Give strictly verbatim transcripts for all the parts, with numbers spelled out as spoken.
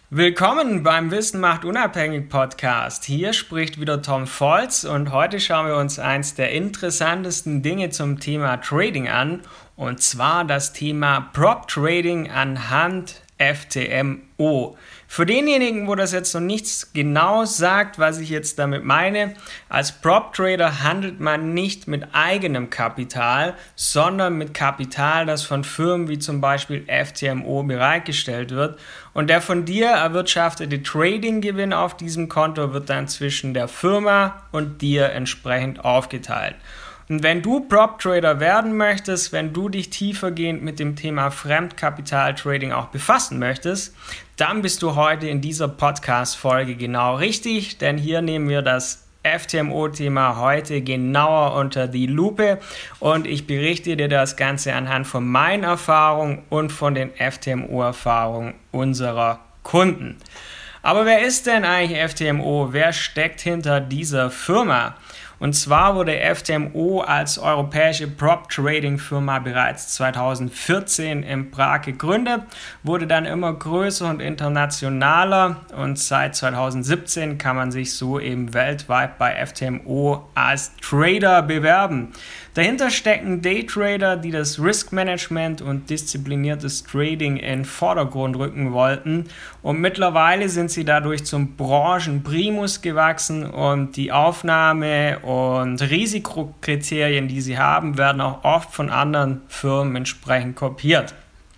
Willkommen beim Wissen macht unabhängig Podcast. Hier spricht wieder Tom Volz und heute schauen wir uns eins der interessantesten Dinge zum Thema Trading an, und zwar das Thema Prop Trading anhand F T M O. Für denjenigen, wo das jetzt noch nichts genau sagt, was ich jetzt damit meine, als Prop Trader handelt man nicht mit eigenem Kapital, sondern mit Kapital, das von Firmen wie zum Beispiel F T M O bereitgestellt wird, und der von dir erwirtschaftete Trading-Gewinn auf diesem Konto wird dann zwischen der Firma und dir entsprechend aufgeteilt. Und wenn du Prop-Trader werden möchtest, wenn du dich tiefergehend mit dem Thema Fremdkapital-Trading auch befassen möchtest, dann bist du heute in dieser Podcast-Folge genau richtig, denn hier nehmen wir das F T M O-Thema heute genauer unter die Lupe und ich berichte dir das Ganze anhand von meinen Erfahrungen und von den F T M O-Erfahrungen unserer Kunden. Aber wer ist denn eigentlich F T M O? Wer steckt hinter dieser Firma? Und zwar wurde F T M O als europäische Prop-Trading-Firma bereits zweitausendvierzehn in Prag gegründet, wurde dann immer größer und internationaler und seit zweitausendsiebzehn kann man sich so eben weltweit bei F T M O als Trader bewerben. Dahinter stecken Daytrader, die das Risk-Management und diszipliniertes Trading in den Vordergrund rücken wollten, und mittlerweile sind sie dadurch zum Branchenprimus gewachsen und die Aufnahme und Risikokriterien, die sie haben, werden auch oft von anderen Firmen entsprechend kopiert.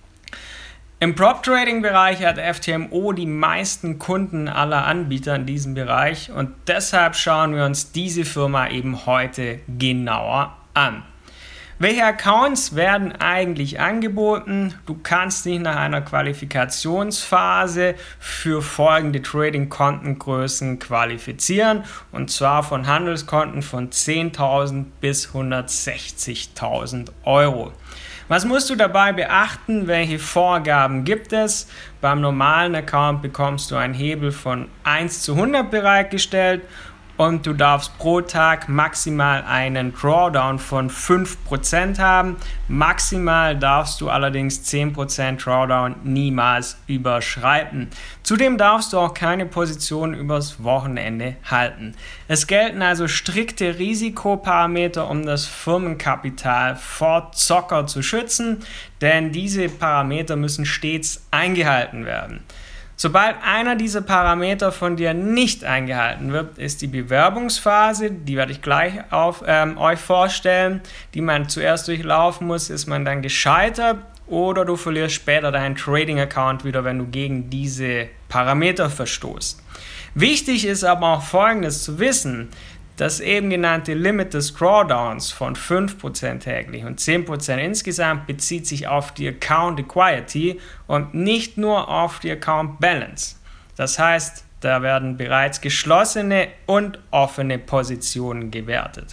Im Prop-Trading-Bereich hat F T M O die meisten Kunden aller Anbieter in diesem Bereich und deshalb schauen wir uns diese Firma eben heute genauer an. Welche Accounts werden eigentlich angeboten? Du kannst dich nach einer Qualifikationsphase für folgende Trading-Kontengrößen qualifizieren, und zwar von Handelskonten von zehntausend bis hundertsechzigtausend Euro. Was musst du dabei beachten? Welche Vorgaben gibt es? Beim normalen Account bekommst du einen Hebel von eins zu hundert bereitgestellt und du darfst pro Tag maximal einen Drawdown von fünf Prozent haben. Maximal darfst du allerdings zehn Prozent Drawdown niemals überschreiten. Zudem darfst du auch keine Position übers Wochenende halten. Es gelten also strikte Risikoparameter, um das Firmenkapital vor Zocker zu schützen, denn diese Parameter müssen stets eingehalten werden. Sobald einer dieser Parameter von dir nicht eingehalten wird, ist die Bewerbungsphase, die werde ich gleich auf, ähm, euch vorstellen, die man zuerst durchlaufen muss, ist man dann gescheitert oder du verlierst später deinen Trading-Account wieder, wenn du gegen diese Parameter verstoßt. Wichtig ist aber auch Folgendes zu wissen: Das eben genannte Limit des Drawdowns von fünf Prozent täglich und zehn Prozent insgesamt bezieht sich auf die Account Equity und nicht nur auf die Account Balance. Das heißt, da werden bereits geschlossene und offene Positionen gewertet.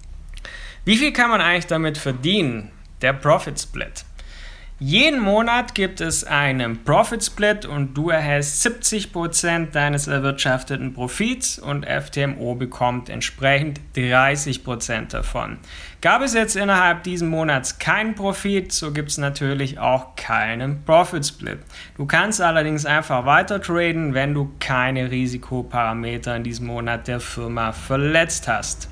Wie viel kann man eigentlich damit verdienen? Der Profit Split. Jeden Monat gibt es einen Profit Split und du erhältst siebzig Prozent deines erwirtschafteten Profits und F T M O bekommt entsprechend dreißig Prozent davon. Gab es jetzt innerhalb dieses Monats keinen Profit, so gibt es natürlich auch keinen Profit Split. Du kannst allerdings einfach weiter traden, wenn du keine Risikoparameter in diesem Monat der Firma verletzt hast.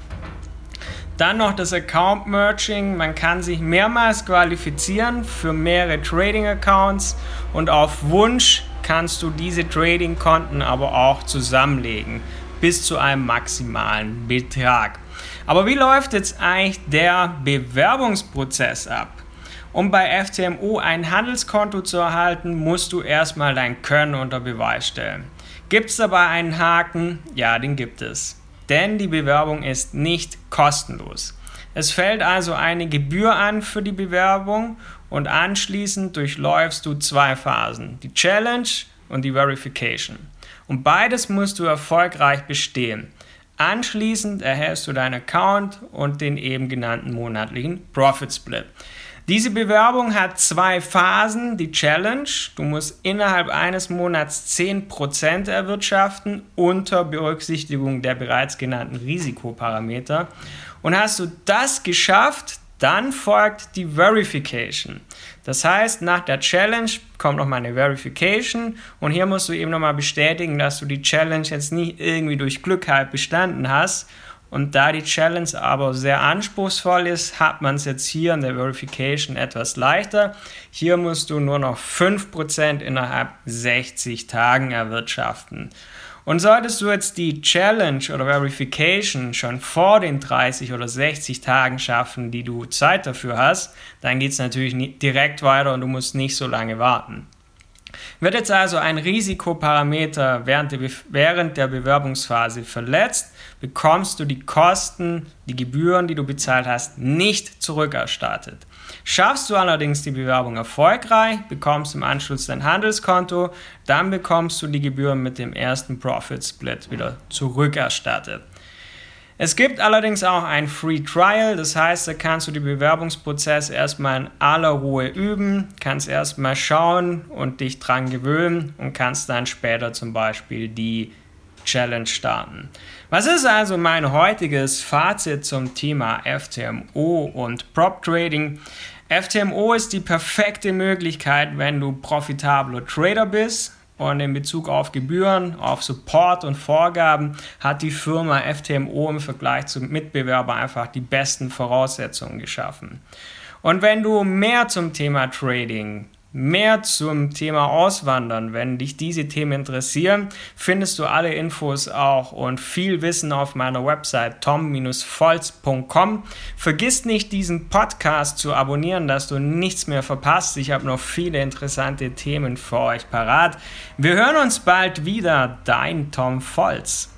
Dann noch das Account Merging. Man kann sich mehrmals qualifizieren für mehrere Trading-Accounts und auf Wunsch kannst du diese Trading-Konten aber auch zusammenlegen bis zu einem maximalen Betrag. Aber wie läuft jetzt eigentlich der Bewerbungsprozess ab? Um bei F T M O ein Handelskonto zu erhalten, musst du erstmal dein Können unter Beweis stellen. Gibt es dabei einen Haken? Ja, den gibt es. Denn die Bewerbung ist nicht kostenlos. Es fällt also eine Gebühr an für die Bewerbung und anschließend durchläufst du zwei Phasen, die Challenge und die Verification. Und beides musst du erfolgreich bestehen. Anschließend erhältst du deinen Account und den eben genannten monatlichen Profit Split. Diese Bewerbung hat zwei Phasen. Die Challenge: Du musst innerhalb eines Monats zehn Prozent erwirtschaften unter Berücksichtigung der bereits genannten Risikoparameter. Und hast du das geschafft, Dann folgt die Verification. Das heißt, nach der Challenge kommt nochmal eine Verification und hier musst du eben nochmal bestätigen, dass du die Challenge jetzt nicht irgendwie durch Glück halt bestanden hast. Und da die Challenge aber sehr anspruchsvoll ist, hat man es jetzt hier in der Verification etwas leichter. Hier musst du nur noch fünf Prozent innerhalb sechzig Tagen erwirtschaften. Und solltest du jetzt die Challenge oder Verification schon vor den dreißig oder sechzig Tagen schaffen, die du Zeit dafür hast, dann geht es natürlich direkt weiter und du musst nicht so lange warten. Wird jetzt also ein Risikoparameter während der, Be- während der Bewerbungsphase verletzt, bekommst du die Kosten, die Gebühren, die du bezahlt hast, nicht zurückerstattet. Schaffst du allerdings die Bewerbung erfolgreich, bekommst im Anschluss dein Handelskonto, dann bekommst du die Gebühren mit dem ersten Profit Split wieder zurückerstattet. Es gibt allerdings auch ein Free Trial, das heißt, da kannst du den Bewerbungsprozess erstmal in aller Ruhe üben, kannst erstmal schauen und dich dran gewöhnen und kannst dann später zum Beispiel die Challenge starten. Was ist also mein heutiges Fazit zum Thema F T M O und Prop Trading? F T M O ist die perfekte Möglichkeit, wenn du profitabler Trader bist. Und in Bezug auf Gebühren, auf Support und Vorgaben hat die Firma F T M O im Vergleich zum Mitbewerber einfach die besten Voraussetzungen geschaffen. Und wenn du mehr zum Thema Trading, mehr zum Thema Auswandern, wenn dich diese Themen interessieren, findest du alle Infos auch und viel Wissen auf meiner Website tom Bindestrich volz Punkt com. Vergiss nicht, diesen Podcast zu abonnieren, dass du nichts mehr verpasst. Ich habe noch viele interessante Themen für euch parat. Wir hören uns bald wieder. Dein Tom Volz.